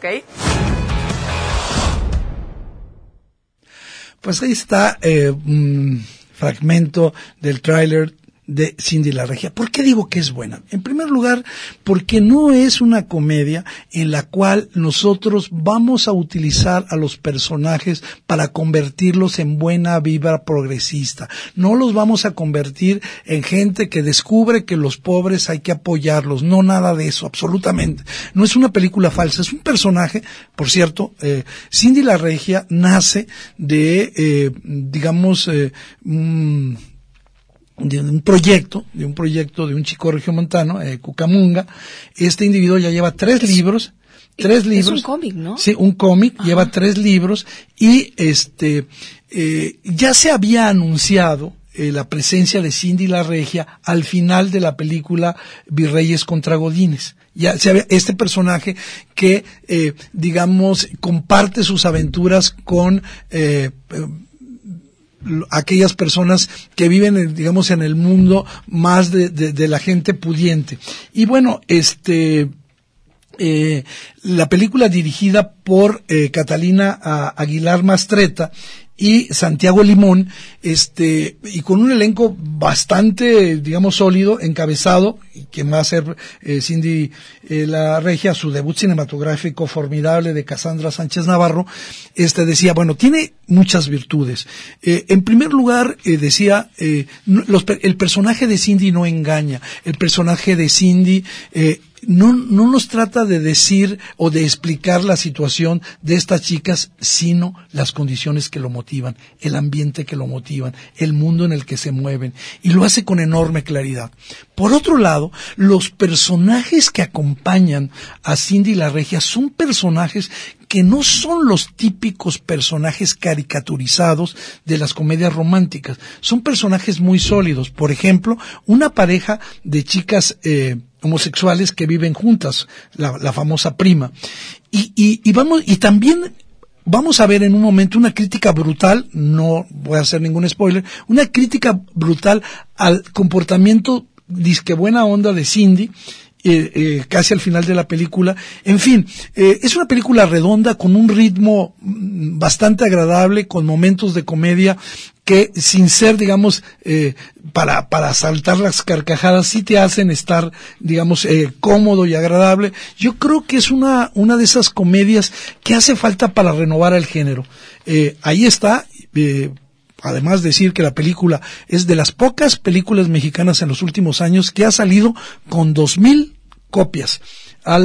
Pues ahí está un fragmento del tráiler de Cindy la Regia. ¿Por qué digo que es buena? En primer lugar, porque no es una comedia en la cual nosotros vamos a utilizar a los personajes para convertirlos en buena vibra progresista. No los vamos a convertir en gente que descubre que los pobres hay que apoyarlos. No, nada de eso, absolutamente. No es una película falsa, es un personaje. Por cierto, Cindy la Regia nace de, de un proyecto de un chico regiomontano, Cucamunga. Este individuo ya lleva 3 libros. Es un cómic, ¿no? Sí, un cómic. Ajá. Lleva 3 libros y ya se había anunciado la presencia de Cindy la Regia al final de la película Virreyes contra Godines. Ya se había este personaje que comparte sus aventuras con aquellas personas que viven, en el mundo más de la gente pudiente. Y bueno, la película dirigida por Catalina Aguilar Mastretta y Santiago Limón, y con un elenco bastante, sólido, encabezado, quien va a ser Cindy la Regia, su debut cinematográfico formidable de Cassandra Sánchez Navarro. Decía, tiene muchas virtudes. En primer lugar, decía, el personaje de Cindy no engaña. El personaje de Cindy no nos trata de decir o de explicar la situación de estas chicas, sino las condiciones que lo motivan, el ambiente que lo motivan, el mundo en el que se mueven, y lo hace con enorme claridad. Por otro lado, los personajes que acompañan a Cindy la Regia son personajes que no son los típicos personajes caricaturizados de las comedias románticas. Son personajes muy sólidos. Por ejemplo, una pareja de chicas homosexuales que viven juntas, la famosa prima. Y también vamos a ver en un momento una crítica brutal, no voy a hacer ningún spoiler, una crítica brutal al comportamiento disque buena onda de Cindy casi al final de la película. En fin, es una película redonda con un ritmo bastante agradable, con momentos de comedia que sin ser, digamos, para saltar las carcajadas, sí te hacen estar, digamos, cómodo y agradable. Yo creo que es una de esas comedias que hace falta para renovar el género. Ahí está. Además decir que la película es de las pocas películas mexicanas en los últimos años que ha salido con 2,000 copias a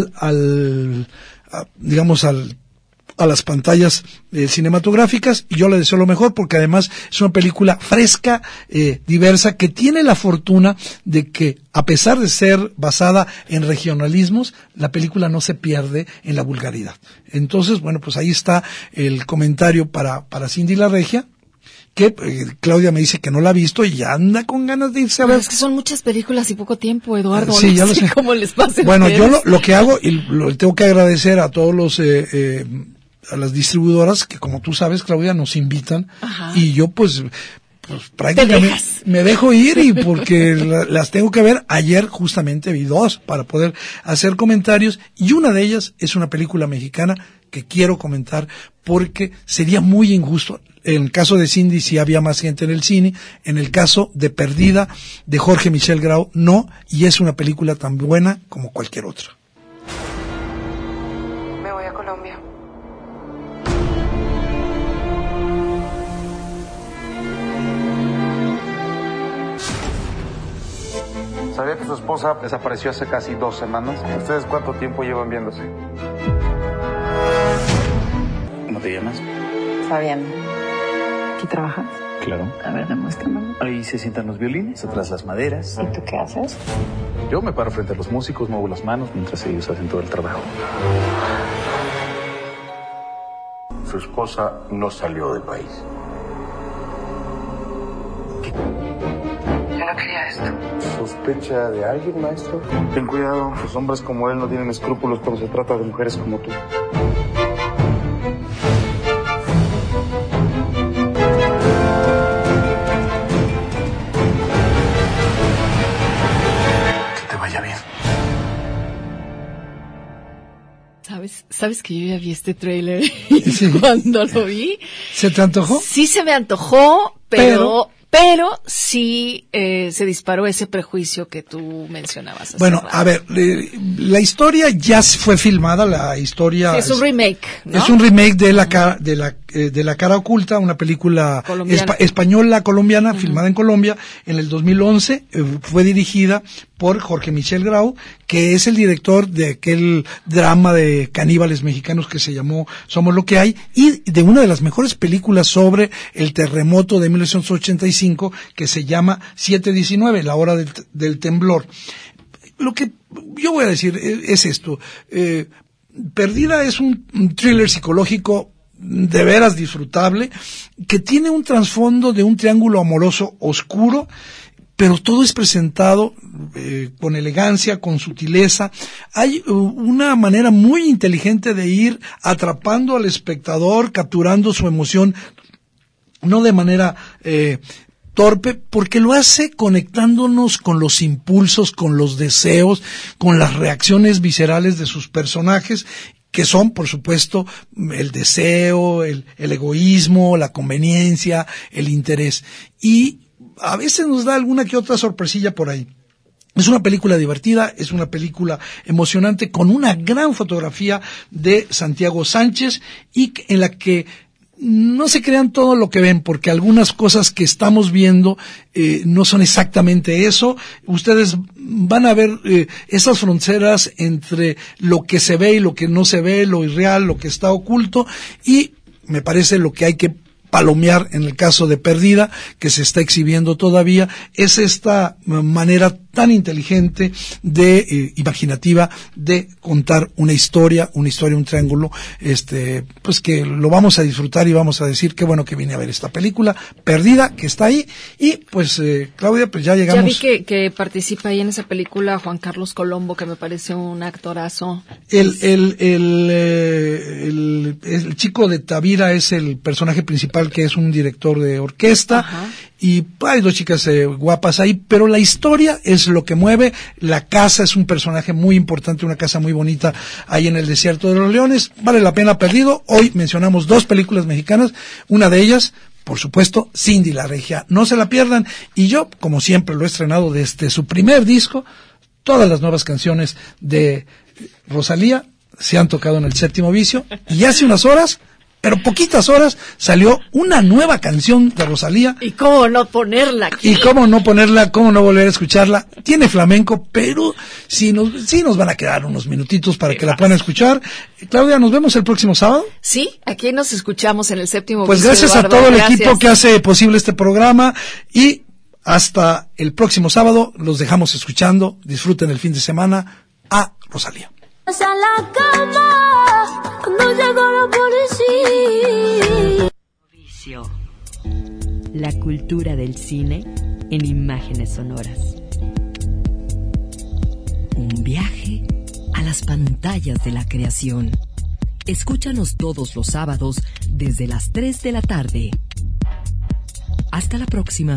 las pantallas cinematográficas, y yo le deseo lo mejor porque además es una película fresca, diversa, que tiene la fortuna de que, a pesar de ser basada en regionalismos, la película no se pierde en la vulgaridad. Entonces, bueno, pues ahí está el comentario para Cindy la Regia, que Claudia me dice que no la ha visto y anda con ganas de irse a ver. Es que son muchas películas y poco tiempo, Eduardo. Sí, ya lo sé. ¿Cómo les pasa? Bueno, yo lo que hago, y lo tengo que agradecer a todos los a las distribuidoras que, como tú sabes, Claudia, nos invitan. Ajá. Y yo pues prácticamente me dejo ir, y porque las tengo que ver. Ayer justamente vi 2 para poder hacer comentarios, y una de ellas es una película mexicana que quiero comentar porque sería muy injusto. En el caso de Cindy sí había más gente en el cine, en el caso de Perdida, de Jorge Michel Grau, no, y es una película tan buena como cualquier otra. Me voy a Colombia. ¿Sabía que su esposa desapareció hace casi 2 semanas? ¿Ustedes cuánto tiempo llevan viéndose? ¿Cómo te llamas? Fabián. ¿Aquí trabajas? Claro. A ver, demuéstramelo. Ahí se sientan los violines, atrás las maderas. ¿Y tú qué haces? Yo me paro frente a los músicos, muevo las manos mientras ellos hacen todo el trabajo. Su esposa no salió del país. Yo no quería esto. ¿Sospecha de alguien, maestro? Ten cuidado, los hombres como él no tienen escrúpulos cuando se trata de mujeres como tú. ¿Sabes que yo ya vi este tráiler? Sí. Cuando lo vi, ¿se te antojó? Sí, se me antojó, pero sí se disparó ese prejuicio que tú mencionabas. Bueno, a ver, la historia ya fue filmada, la historia... Sí, es un remake, ¿no? Es un remake de La cara oculta, una película española colombiana, filmada en Colombia en el 2011, fue dirigida por Jorge Michel Grau, que es el director de aquel drama de caníbales mexicanos que se llamó Somos lo que hay, y de una de las mejores películas sobre el terremoto de 1985 que se llama 7/19, la hora del temblor. Lo que yo voy a decir es esto. Perdida es un thriller psicológico de veras disfrutable, que tiene un trasfondo de un triángulo amoroso oscuro, pero todo es presentado con elegancia, con sutileza. Hay una manera muy inteligente de ir atrapando al espectador, capturando su emoción, no de manera torpe, porque lo hace conectándonos con los impulsos, con los deseos, con las reacciones viscerales de sus personajes, que son, por supuesto, el deseo, el egoísmo, la conveniencia, el interés. Y a veces nos da alguna que otra sorpresilla por ahí. Es una película divertida, es una película emocionante, con una gran fotografía de Santiago Sánchez, y en la que no se crean todo lo que ven, porque algunas cosas que estamos viendo no son exactamente eso. Ustedes van a ver esas fronteras entre lo que se ve y lo que no se ve, lo irreal, lo que está oculto, y me parece lo que hay que palomear en el caso de Perdida, que se está exhibiendo todavía, es esta manera tan inteligente imaginativa de contar una historia, un triángulo, pues que lo vamos a disfrutar y vamos a decir qué bueno que vine a ver esta película, Perdida, que está ahí. Y pues, Claudia, pues ya llegamos. Ya vi que participa ahí en esa película Juan Carlos Colombo, que me parece un actorazo. El chico de Tavira es el personaje principal, que es un director de orquesta. Ajá. y hay dos chicas guapas ahí, pero la historia es lo que mueve. La casa es un personaje muy importante, una casa muy bonita ahí en el desierto de los leones. Vale la pena perdido. Hoy mencionamos 2 películas mexicanas, una de ellas, por supuesto, Cindy la Regia. No se la pierdan. Y yo, como siempre, lo he estrenado desde su primer disco. Todas las nuevas canciones de Rosalía se han tocado en el Séptimo Vicio. Y hace unas horas, pero poquitas horas, salió una nueva canción de Rosalía. ¿Y cómo no ponerla aquí? Y cómo no ponerla, cómo no volver a escucharla. Tiene flamenco, pero sí nos van a quedar unos minutitos para que la puedan escuchar. Claudia, ¿nos vemos el próximo sábado? Sí, aquí nos escuchamos en el Séptimo Pues Vicio. gracias Eduardo, a todo el gracias. equipo que hace posible este programa, y hasta el próximo sábado los dejamos escuchando. Disfruten el fin de semana a Rosalía. A la cama cuando llegó la policía. Vicio. La cultura del cine en imágenes sonoras. Un viaje a las pantallas de la creación. Escúchanos todos los sábados desde las 3 de la tarde. Hasta la próxima.